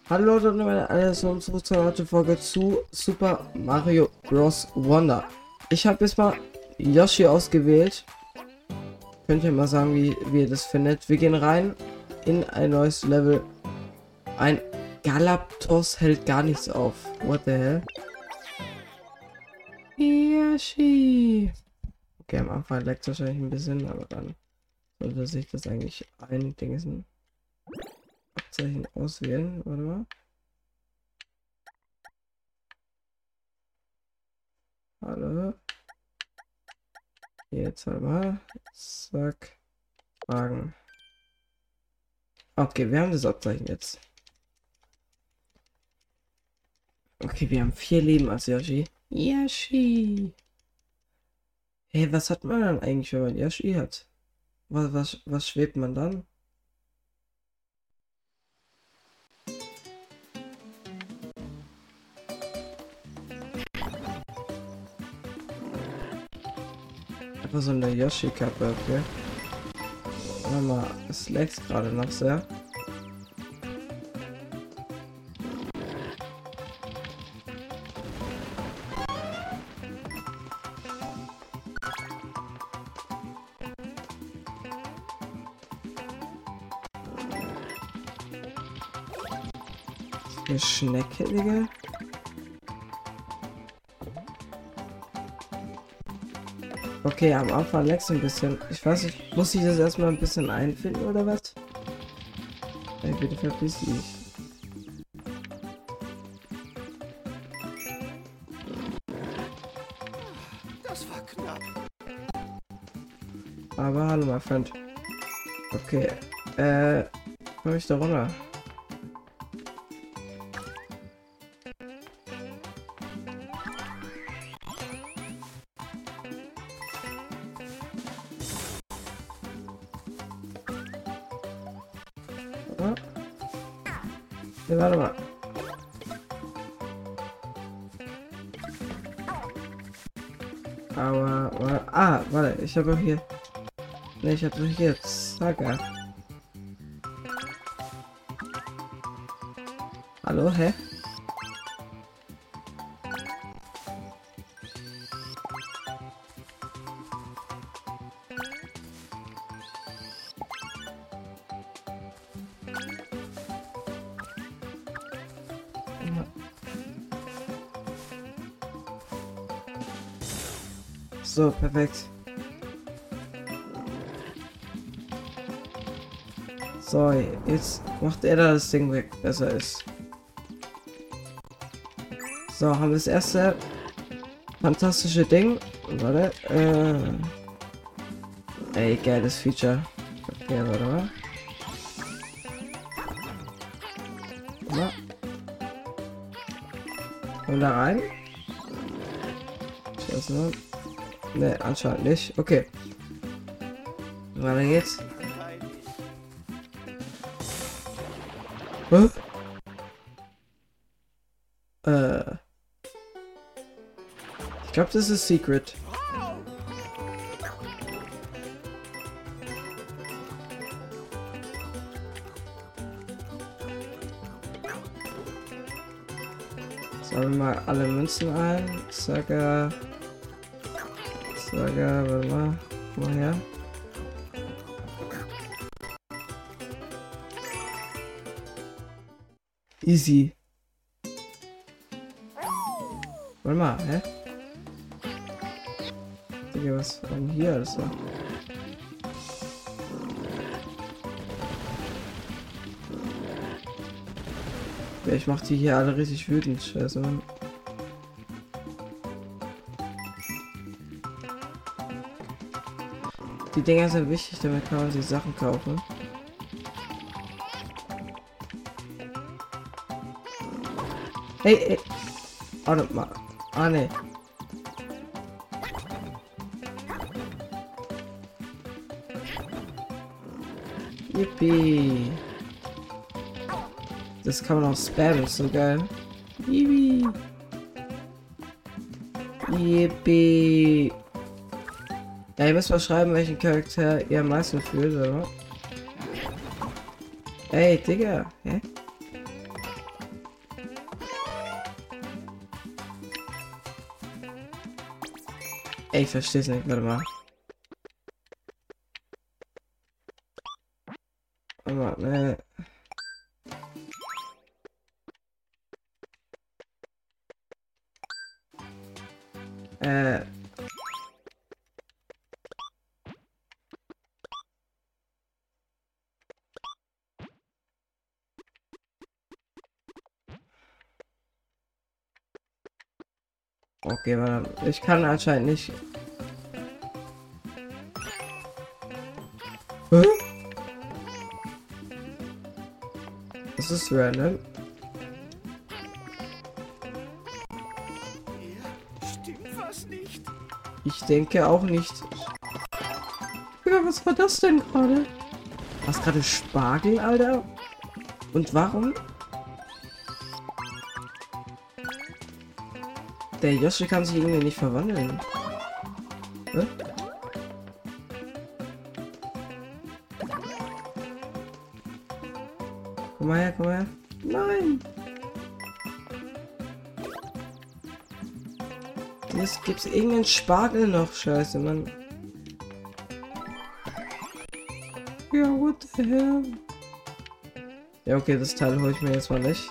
Hallo Leute und alles und zurück zur neuen Folge zu Super Mario Bros. Wonder. Ich habe jetzt mal Yoshi ausgewählt. Könnt ihr mal sagen, wie ihr das findet. Wir gehen rein in ein neues Level. Ein Galapagos hält gar nichts auf. What the hell? Yoshi. Okay, am Anfang leckt es wahrscheinlich ein bisschen, aber dann sollte sich das eigentlich ein Abzeichen auswählen. Warte mal. Hallo. Jetzt warte mal. Zack. Fragen. Okay, wir haben das Abzeichen jetzt. Okay, wir haben 4 Leben als Yoshi. Yoshi. Hey, was hat man dann eigentlich, wenn man Yoshi hat? Was schwebt man dann? Einfach so eine Yoshi-Kappe, okay. Warte mal, es leckt gerade noch sehr. Eine Schnecke, Digga. Okay, am Anfang leckt ein bisschen. Ich weiß nicht, muss ich das erstmal ein bisschen einfinden oder was? Ey, bitte verpiss dich. Das war knapp. Aber hallo, mein Freund. Okay, komm ich da runter? Ja. Nee, warte mal. Warte, ich habe hier. Ne, ich habe hier Saga. Hallo, hä? So, perfekt. So, jetzt macht er da das Ding weg, besser ist. So, haben wir das erste fantastische Ding. Warte, ey, geiles Feature. Okay, warte mal. Ja. Und da rein. Scheiße. Ne, anscheinend nicht. Okay. Weiter geht's. Hä? Ich glaube, das ist Secret. Sammeln wir mal alle Münzen ein. Saga, warte mal. Mal her. Easy. Warte mal, hä? Digga, was war denn hier alles so? Ja, ich mach die hier alle richtig wütend, scheiße, Mann. Die Dinger sind wichtig, damit kann man sich Sachen kaufen. Hey, ey. Warte mal. Ah, ne. Yippie. Das kann man auch spammen, ist so geil. Yippie. Yippie. Ja, ihr müsst mal schreiben, welchen Charakter ihr am meisten fühlt, oder? Ey, Digga. Hä? Ey, ich versteh's nicht, warte mal. Aber, ne. Äh. Okay, warte. Ich kann anscheinend nicht. Hä? Das ist random. Hier stimmt was nicht. Ich denke auch nicht. Ja, was war das denn gerade? Was gerade Spargel, Alter? Und warum? Der Yoshi kann sich irgendwie nicht verwandeln. Hä? Komm mal her, komm mal her. Nein! Jetzt gibt's irgendeinen Spargel noch. Scheiße, Mann. Ja, what the hell? Ja, okay, das Teil hole ich mir jetzt mal nicht.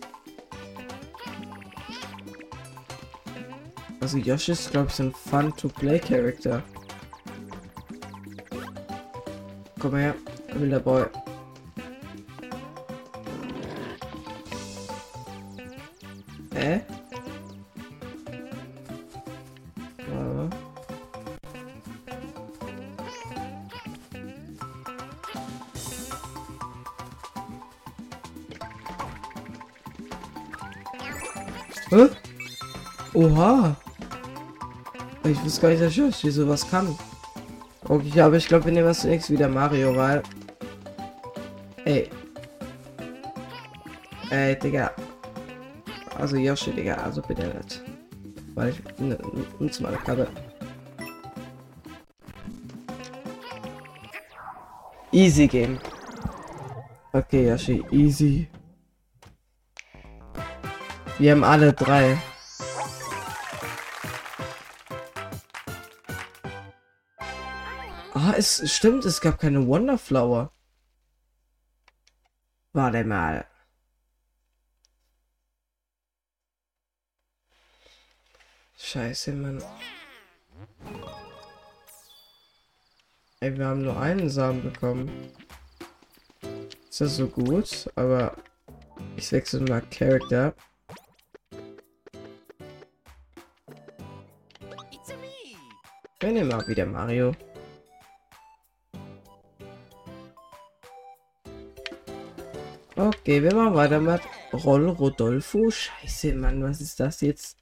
Also Yoshi ist, glaube ich, so ein Fun-to-Play-Charakter. Komm her, wilder Boy. Ja. Hä? Oha! Ich wusste gar nicht, dass Yoshi sowas kann. Okay, aber ich glaube, wir nehmen das zunächst wieder Mario, weil... Ey. Ey, Digga. Also Yoshi, Digga, also bitte nicht. Weil ich nutze meine Karte. Easy Game. Okay, Yoshi, easy. Wir haben alle drei. Ah, es stimmt, es gab keine Wonderflower. Warte mal. Scheiße, Mann. Ey, wir haben nur einen Samen bekommen. Ist das so gut? Aber ich wechsle mal Charakter. Wir nehmen mal wieder Mario. Okay, wir machen weiter mit Roll Rodolfo. Scheiße, Mann, was ist das jetzt?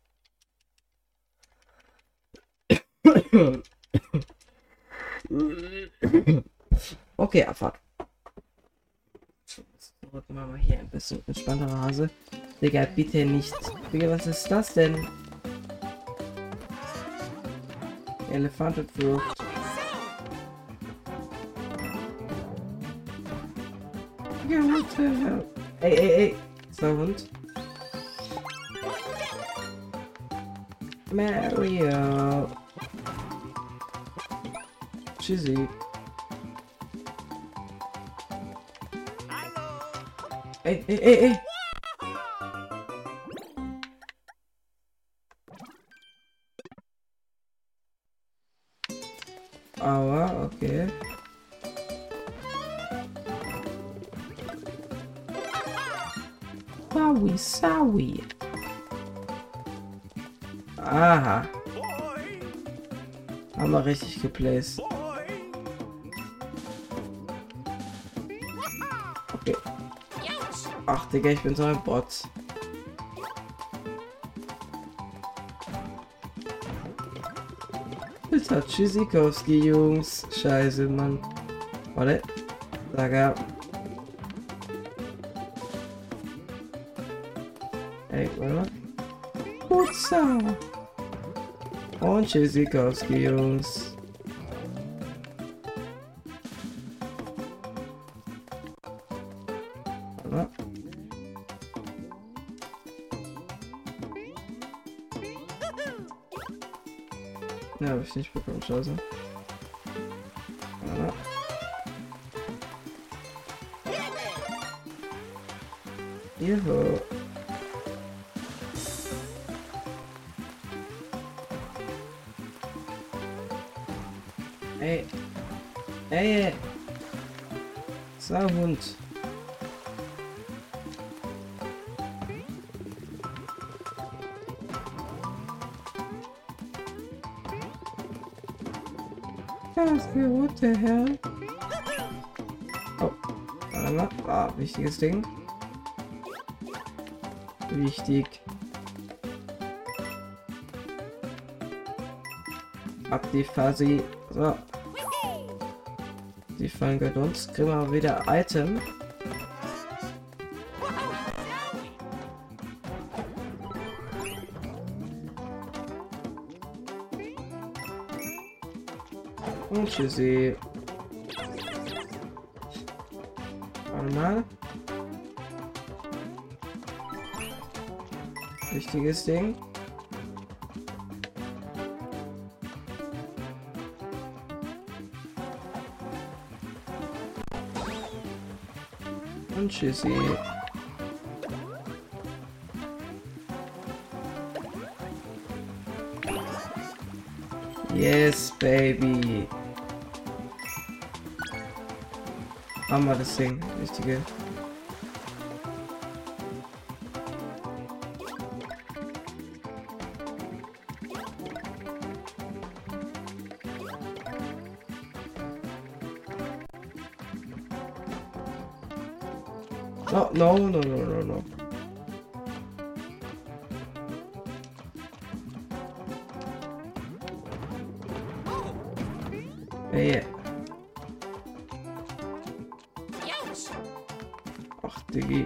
Okay, Abfahrt. Machen wir mal hier ein bisschen entspanntere Hase. Digga, bitte nicht. Digga, was ist das denn? Elefantenfrucht. Ja, what the hell? Ey, ey, ey. So, Hund. Mario. Tschüssi. Ey, ey, ey, ey. Aua, okay. Wowie, Sawi. Aha. Haben wir richtig geplaced. Okay. Ach, Digga, ich bin so ein Bot. Bitte, Tschüssikowski, Jungs. Scheiße, Mann. Warte. Saga. Ey, warte mal. Putza. Und Tschüssikowski, Jungs. Warte mal. Ja, habe ich nicht bekommen, scheiße. Ja. Juhu. Ey. Ey. Sauhund. Das beruht der Herr. Oh. Warte mal. Ah, wichtiges Ding. Wichtig. Ab die Fasi. So. Die fallen gehört uns. Kriegen wir wieder Item. Und tschüssi. Warte mal. Wichtiges Ding. Und tschüssi. Yes, baby. Haben wir das Ding. Wichtige. Oh, no, no, no, no, no. Hey. Ach, Diggi.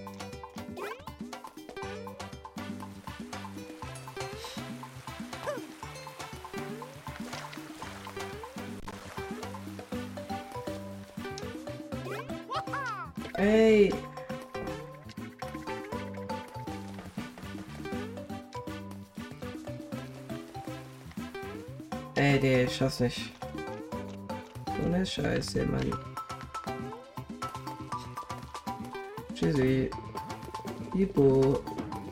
Ey. Ey, der ich schaff's nicht. So eine Scheiße, Mann. Tschüssi. Hippo.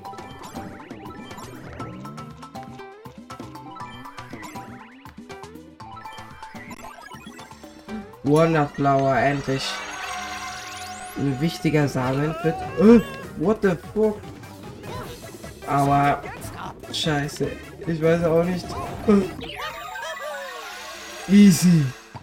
Wonderflower, endlich. Ein wichtiger Samen wird. What the fuck? Aber Scheiße. Ich weiß auch nicht. Easy.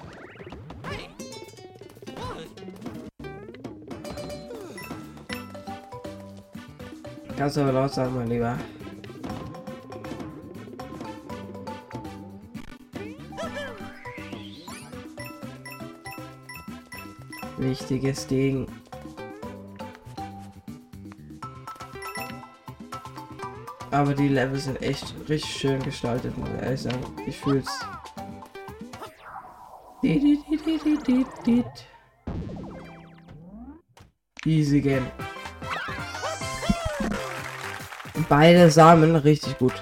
Kannst du aber laut sagen, mein Lieber. Wichtiges Ding. Aber die Level sind echt richtig schön gestaltet, muss ich ehrlich sagen. Ich fühl's. Easy Game. Beide Samen richtig gut.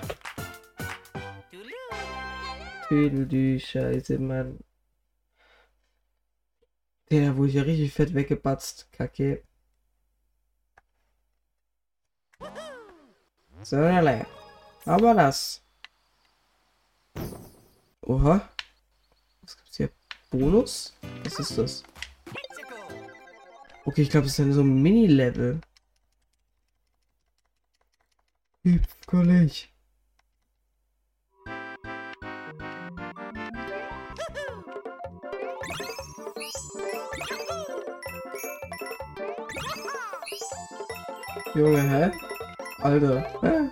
Die Scheiße, Mann. Der wurde ja richtig fett weggebatzt. Kacke. So, aber das. Oha. Was gibt's hier? Bonus? Was ist das? Okay, ich glaube, es ist dann so ein Mini-Level. Kolleg. Junge, hä? Alter. Hä?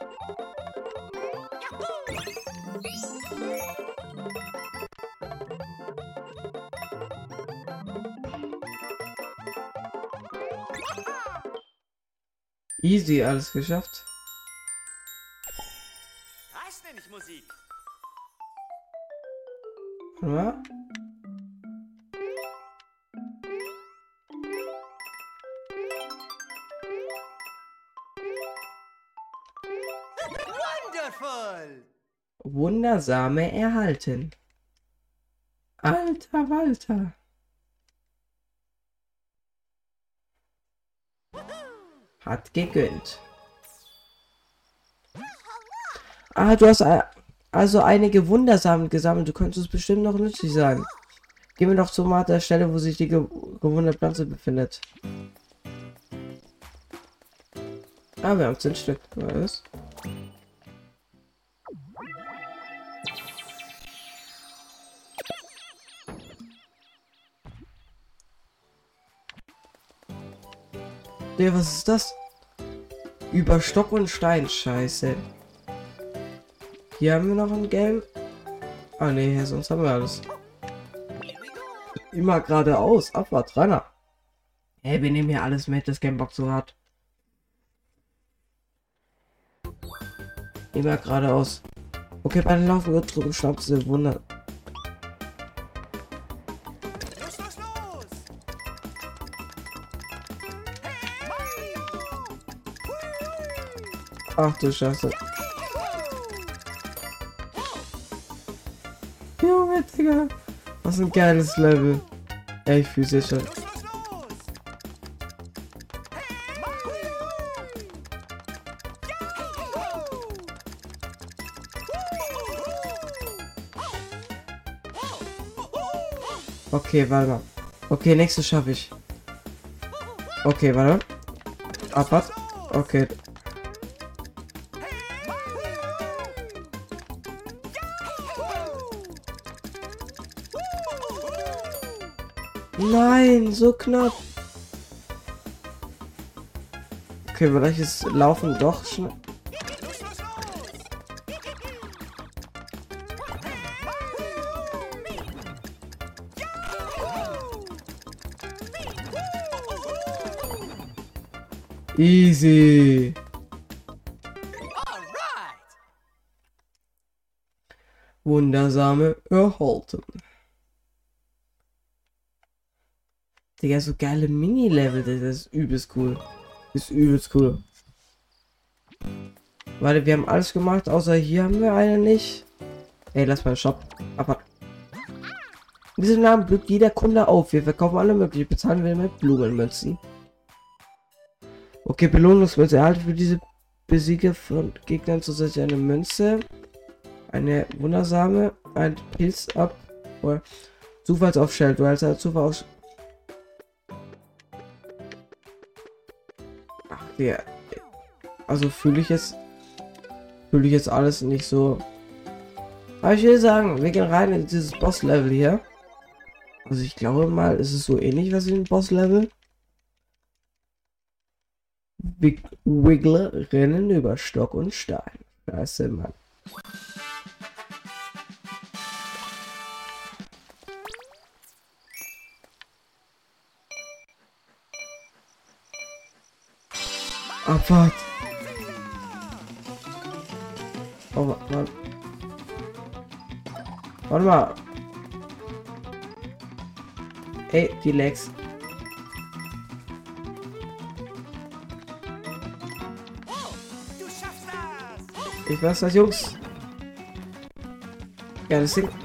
Easy, alles geschafft. Das nenne ich Musik. Ja. Wonderful. Wundersame erhalten. Alter Walter. Hat gegönnt. Ah, du hast also einige Wundersamen gesammelt. Du könntest bestimmt noch nützlich sein. Gehen wir doch zur der Stelle, wo sich die gewunderte Pflanze befindet. Ah, wir haben 10 Stück. Was? Nee, was ist das? Über Stock und Stein. Scheiße. Hier haben wir noch ein Game. Ah, nee, sonst haben wir alles. Immer geradeaus. Abwärts, Rainer. Hey, wir nehmen hier alles mit, das Gamebox so hat. Immer geradeaus. Okay, bei den Laufen wird drüben schnappt sie Wunder. Ach du Scheiße. Junge, Digga. Was ein geiles Level. Ey, ich fühle sicher. Okay, warte mal. Okay, nächstes schaffe ich. Okay, warte. Abwart. Okay. Nein, so knapp. Okay, vielleicht ist Laufen doch schnell. Easy. Wundersame erhalten. Digga, so geile Mini-Level, das ist übelst cool. Ist übelst cool. Warte, wir haben alles gemacht, außer hier haben wir eine nicht. Ey, lass mal den Shop. Aber in diesem Namen blüht jeder Kunde auf. Wir verkaufen alle mögliche, bezahlen wir mit Blumenmünzen. Okay, Belohnungsmünze. Erhalte für diese Besiege von Gegnern zusätzlich eine Münze. Eine wundersame. Ein Pilz ab. Oder Zufallsaufstellung. Du hast Zufall auf. Ach, der. Also fühle ich jetzt alles nicht so. Aber ich will sagen, wir gehen rein in dieses Boss-Level hier. Also ich glaube mal, ist es so ähnlich was wie ein Boss-Level. Wiggler rennen über Stock und Stein. Da ist der Mann. Abfahrt. Oh, warte. Warte mal. Ey, die Legs. Ich weiß das, Jungs. Ja, das Ding.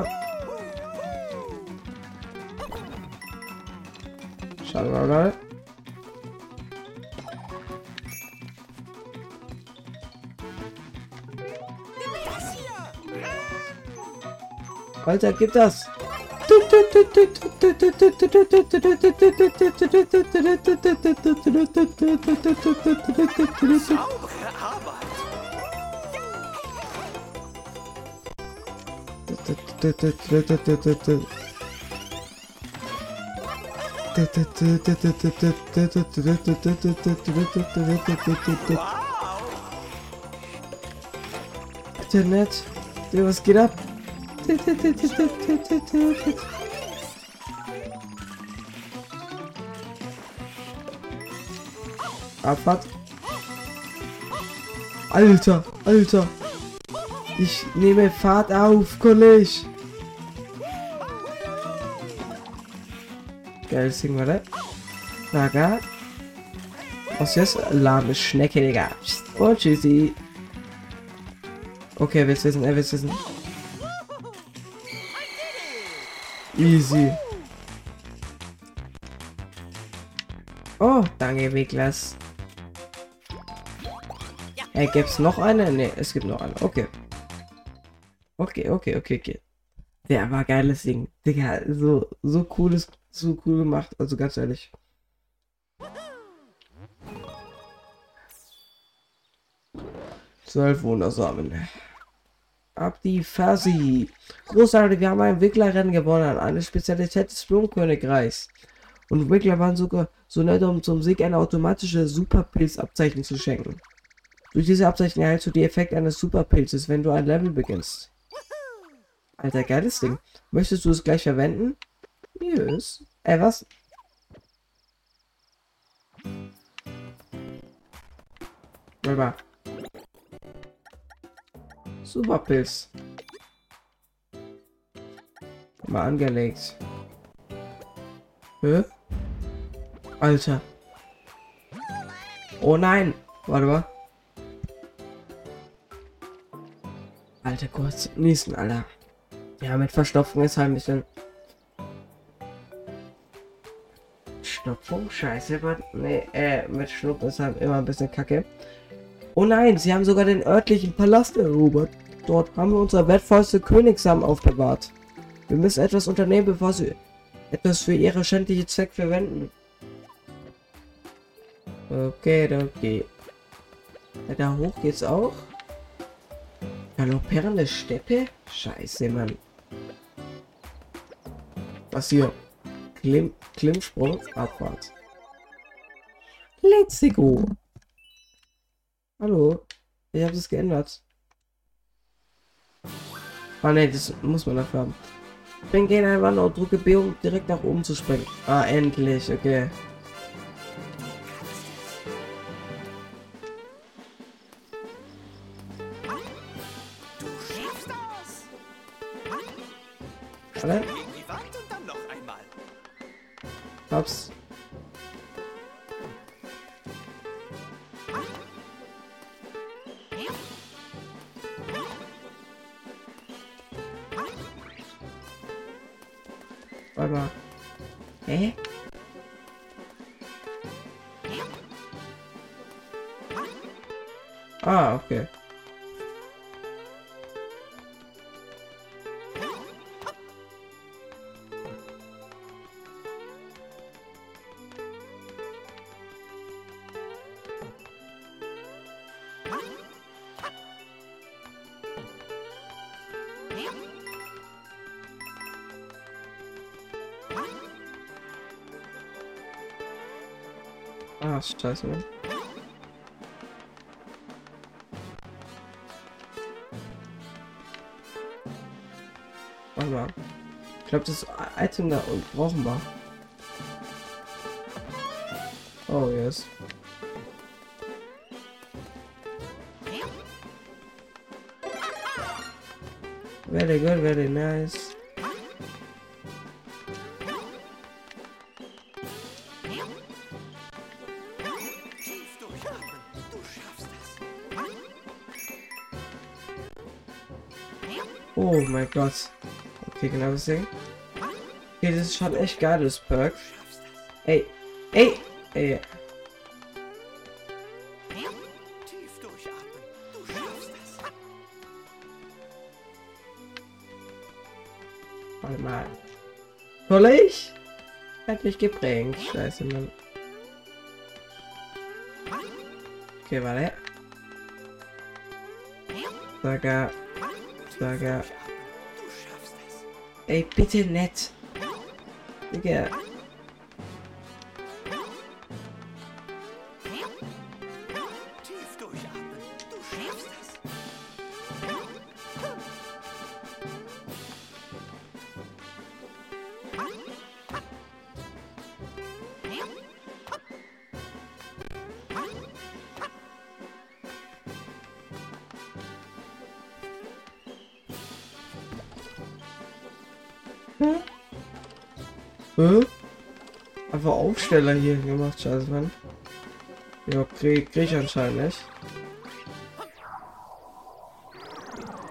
Schade mal. Alter, gib das. Internet, was geht ab? Abfahrt. Alter, Alter. Ich nehme Fahrt auf, Kollege. Geiles Ding, warte. Naga. Was ist das? Lahme Schnecke, Digga. Und tschüssi. Okay, er will's wissen, er will's wissen. Easy. Oh, danke, Niklas. Hey, gibt's noch eine? Ne, es gibt noch eine. Okay. Okay. Der war geiles Ding. Digga, so cooles, so cool gemacht. Also ganz ehrlich. Zwölf Wundersamen. Ab die Fasi. Großartig, wir haben ein Wicklerrennen gewonnen. Eine Spezialität des Blumenkönigreichs. Und Wickler waren sogar so nett, um zum Sieg eine automatische Superpilz-Abzeichen zu schenken. Durch diese Abzeichen erhältst du die Effekt eines Superpilzes, wenn du ein Level beginnst. Alter, geiles Ding. Möchtest du es gleich verwenden? Yes. Was? Warte. Superpilz. Mal angelegt. Hä? Alter. Oh nein. Warte mal. Alter, kurz niesen, Alter. Ja, mit Verstopfung ist halt ein bisschen... Stopfung? Scheiße, nee, mit Schnupfen ist halt immer ein bisschen kacke. Oh nein, sie haben sogar den örtlichen Palast erobert. Dort haben wir unsere wertvollste Königssamen aufbewahrt. Wir müssen etwas unternehmen, bevor sie etwas für ihre schändliche Zweck verwenden. Okay. Ja, da hoch geht's auch. Galoppierende Steppe? Scheiße, Mann. Was hier? Klimmsprung, Abfahrt. Let's go. Hallo? Ich habe es geändert. Ah ne, das muss man dafür haben. Spring gegen eine Wand und drücke B, um direkt nach oben zu springen. Ah, endlich, okay. Du schaffst das! Alle? Gegen die Wand und dann noch einmal. Hab's. Warte mal. Hä? Ah, okay. Ah, scheiße, Mann. Warte mal. Ich glaube, das Item da unten brauchen wir. Oh, yes. Very good, very nice. Tief durchatmen. Du schaffst das. Oh mein Gott. Okay, genau das Ding. Okay, das ist schon echt geil, das Perk. Ey. Tief durchatmen. Du schaffst das. Warte mal. Soll ich? Hat mich geprägt. Scheiße, Mann. Okay, warte. Saga. Du schaffst das. Ey, bitte nett. Digga. Tief durchatmen. Du schaffst das. Hä? Einfach Aufsteller hier gemacht, scheiße, Mann. Ja, krieg ich anscheinend nicht.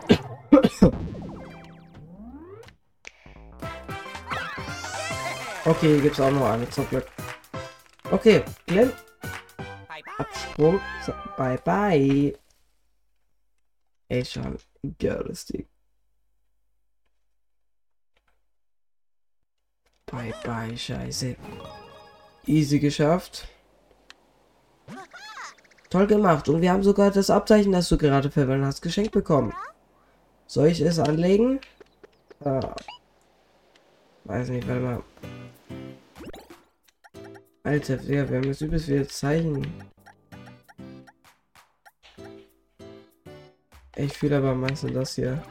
Okay, hier gibt es auch noch eine zum Glück. Okay, Glenn. Absprung. So, bye bye. Ey, schon. Geiles Ding. Bye bye, Scheiße. Easy geschafft. Toll gemacht. Und wir haben sogar das Abzeichen, das du gerade verwendet hast, geschenkt bekommen. Soll ich es anlegen? Weiß nicht, warte mal. Alter, wir haben jetzt übelst viele Zeichen. Ich fühle aber am meisten das hier.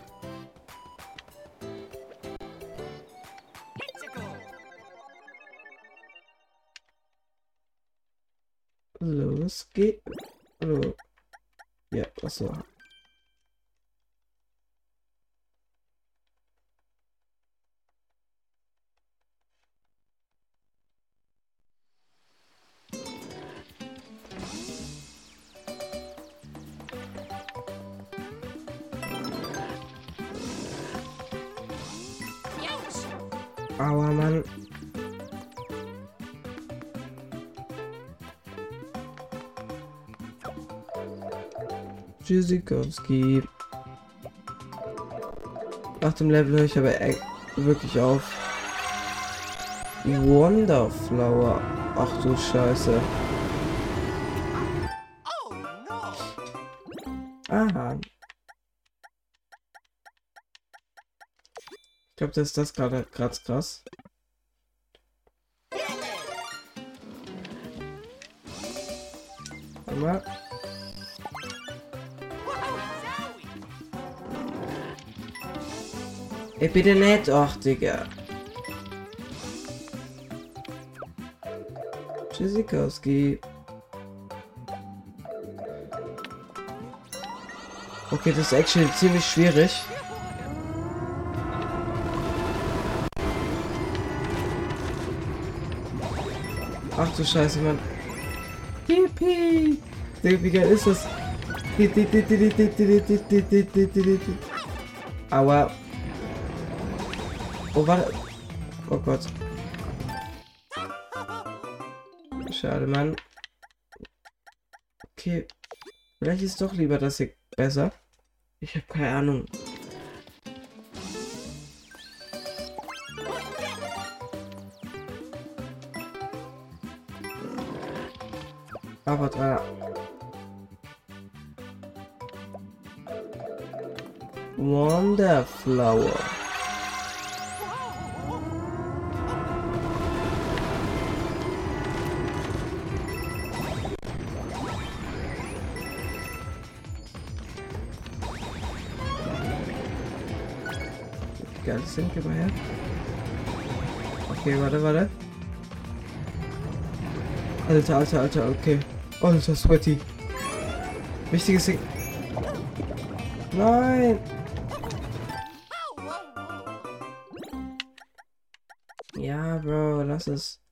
Los geht. Hallo. Ja, achso. Aua, Mann. Tschüssikowski. Nach dem Level höre ich aber wirklich auf. Wonderflower. Ach du Scheiße. Aha. Ich glaube, das ist das gerade krass. Warte mal. Ey, bitte nicht. Ach, Digga. Tschüssikowski. Okay, das ist actually ziemlich schwierig. Ach du Scheiße, Mann. Yippie! Digga, wie geil ist das? Aua. Oh, warte. Oh Gott. Schade, Mann. Okay. Vielleicht ist doch lieber das hier besser. Ich habe keine Ahnung. Aber da. Wonderflower. Geil, sind wir mal her. Okay, warte. Alter, okay. Alter, sweaty. Wichtiges Ding. Nein! Ja, Bro, lass es.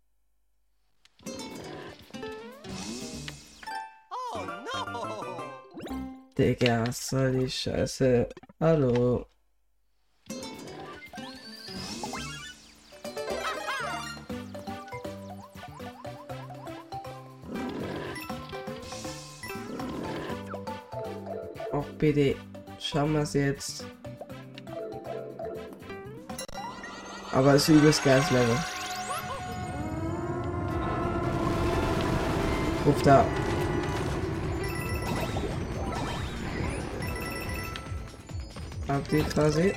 Digga, was soll die Scheiße? Hallo. Och, bitte. Schauen wir es jetzt. Aber es ist übelst geiles Level. Ruf da. Habt ihr quasi.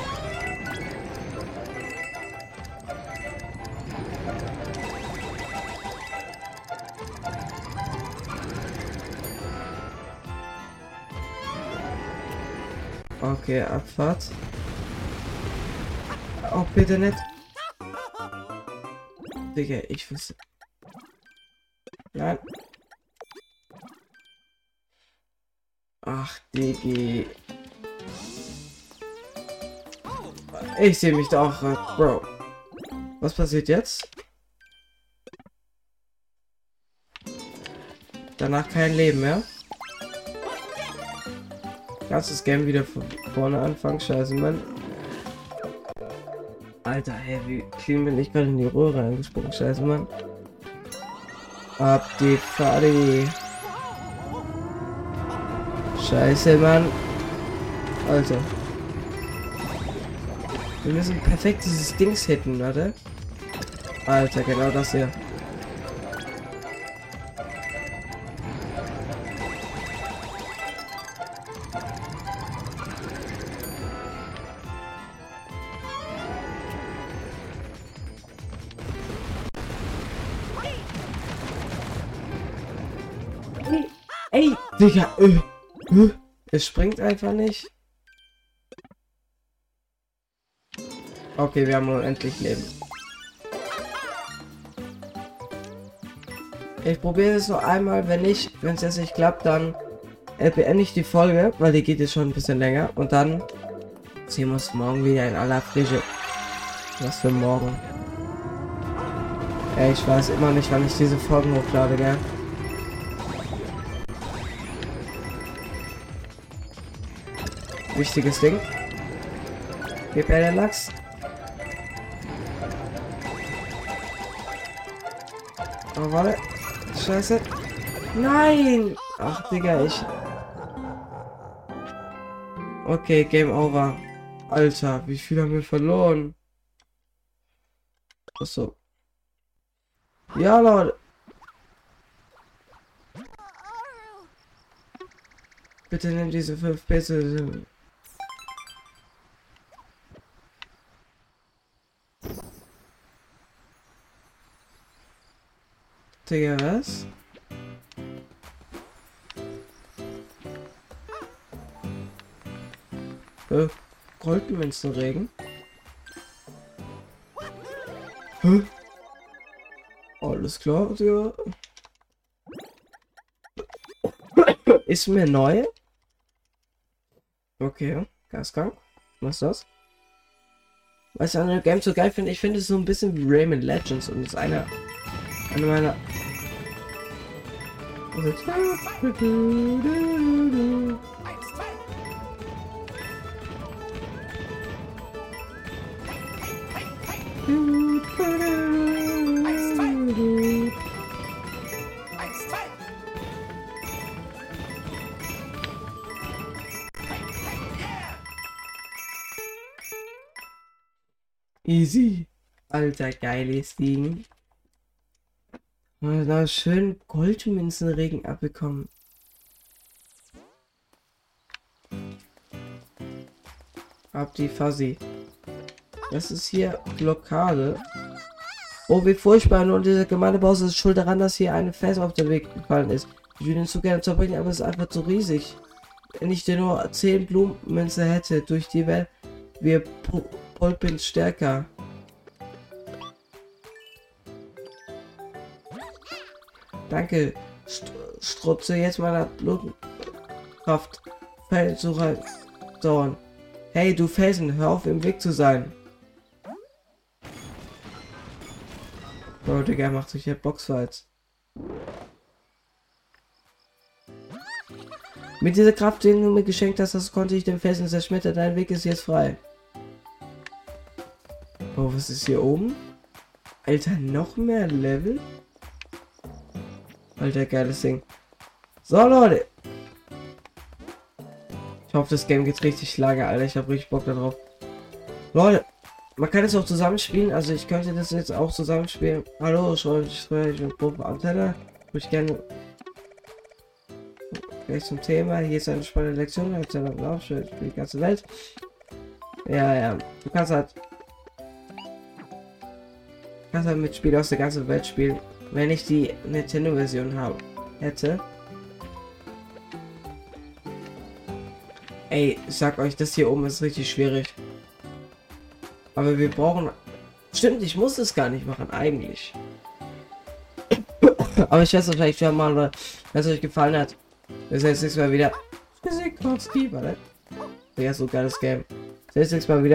Okay, Abfahrt. Oh, bitte nicht. Digga, ich wüsste. Nein. Ach, Diggi. Ich sehe mich da auch, Bro. Was passiert jetzt? Danach kein Leben mehr. Ganzes Game wieder von vorne anfangen. Scheiße, Mann. Alter, hey, wie clean bin ich gerade in die Röhre reingesprungen? Scheiße, Mann. Ab die Fadi. Scheiße, Mann. Alter. Wir müssen perfekt dieses Dings hitten, warte. Alter, genau das hier. Ey, Digga, es springt einfach nicht. Okay, wir haben unendlich Leben. Ich probiere es nur einmal, wenn es jetzt nicht klappt, dann beende ich die Folge, weil die geht jetzt schon ein bisschen länger. Und dann sehen wir uns morgen wieder in aller Frische. Was für morgen. Ey, ich weiß immer nicht, wann ich diese Folgen hochlade, gell? Wichtiges Ding. Gib mir den Lachs. Oh, warte. Scheiße. Nein! Ach, Digga, Okay, Game Over. Alter, wie viel haben wir verloren? Achso. Ja, Leute. Bitte nimm diese 5 Pixel. Digga, was? Goldmünzenregen? Hä? Alles klar, Digga. Ist mir neu? Okay, Gasgang. Was ist das? Was ich an der Game so geil finde, ich finde es so ein bisschen wie Rayman Legends und ist eine meiner. Easy. Alter, geiles Ding. Da schön Goldmünzenregen abbekommen. Ab die Fuzzy. Das ist hier Blockade. Oh, wie furchtbar. Nur dieser gemeine Boss ist schuld daran, dass hier eine Fels auf den Weg gefallen ist. Ich würde ihn so gerne zerbrechen, aber es ist einfach zu riesig. Wenn ich dir nur 10 Blumenmünze hätte, durch die Welt, wir Pulpin stärker. Danke, strutze jetzt meiner Blutkraft. Feldsucher dauern. Hey, du Felsen, hör auf im Weg zu sein. Oh, Digga, macht sich hier Boxfights. Mit dieser Kraft, die du mir geschenkt hast, das konnte ich den Felsen zerschmettern. Dein Weg ist jetzt frei. Oh, was ist hier oben? Alter, noch mehr Level? Alter, geiles Ding. So, Leute. Ich hoffe, das Game geht richtig lange, Alter. Ich habe richtig Bock darauf. Leute, man kann es auch zusammenspielen. Also, ich könnte das jetzt auch zusammenspielen. Hallo, ich bin Probe Antenne. Ich gerne gleich zum Thema. Hier ist eine spannende Lektion. Ich spiele die ganze Welt. Ja. Du kannst halt mit Spielen aus der ganzen Welt spielen. Wenn ich die Nintendo-Version hätte. Ey, ich sag euch, das hier oben ist richtig schwierig. Aber wir brauchen... Stimmt, ich muss es gar nicht machen, eigentlich. Aber ich weiß wahrscheinlich schon mal, wenn es euch gefallen hat. Wir sehen uns nächstes Mal wieder. Warte. Ja, so geiles Game. Wir sehen uns nächstes Mal wieder.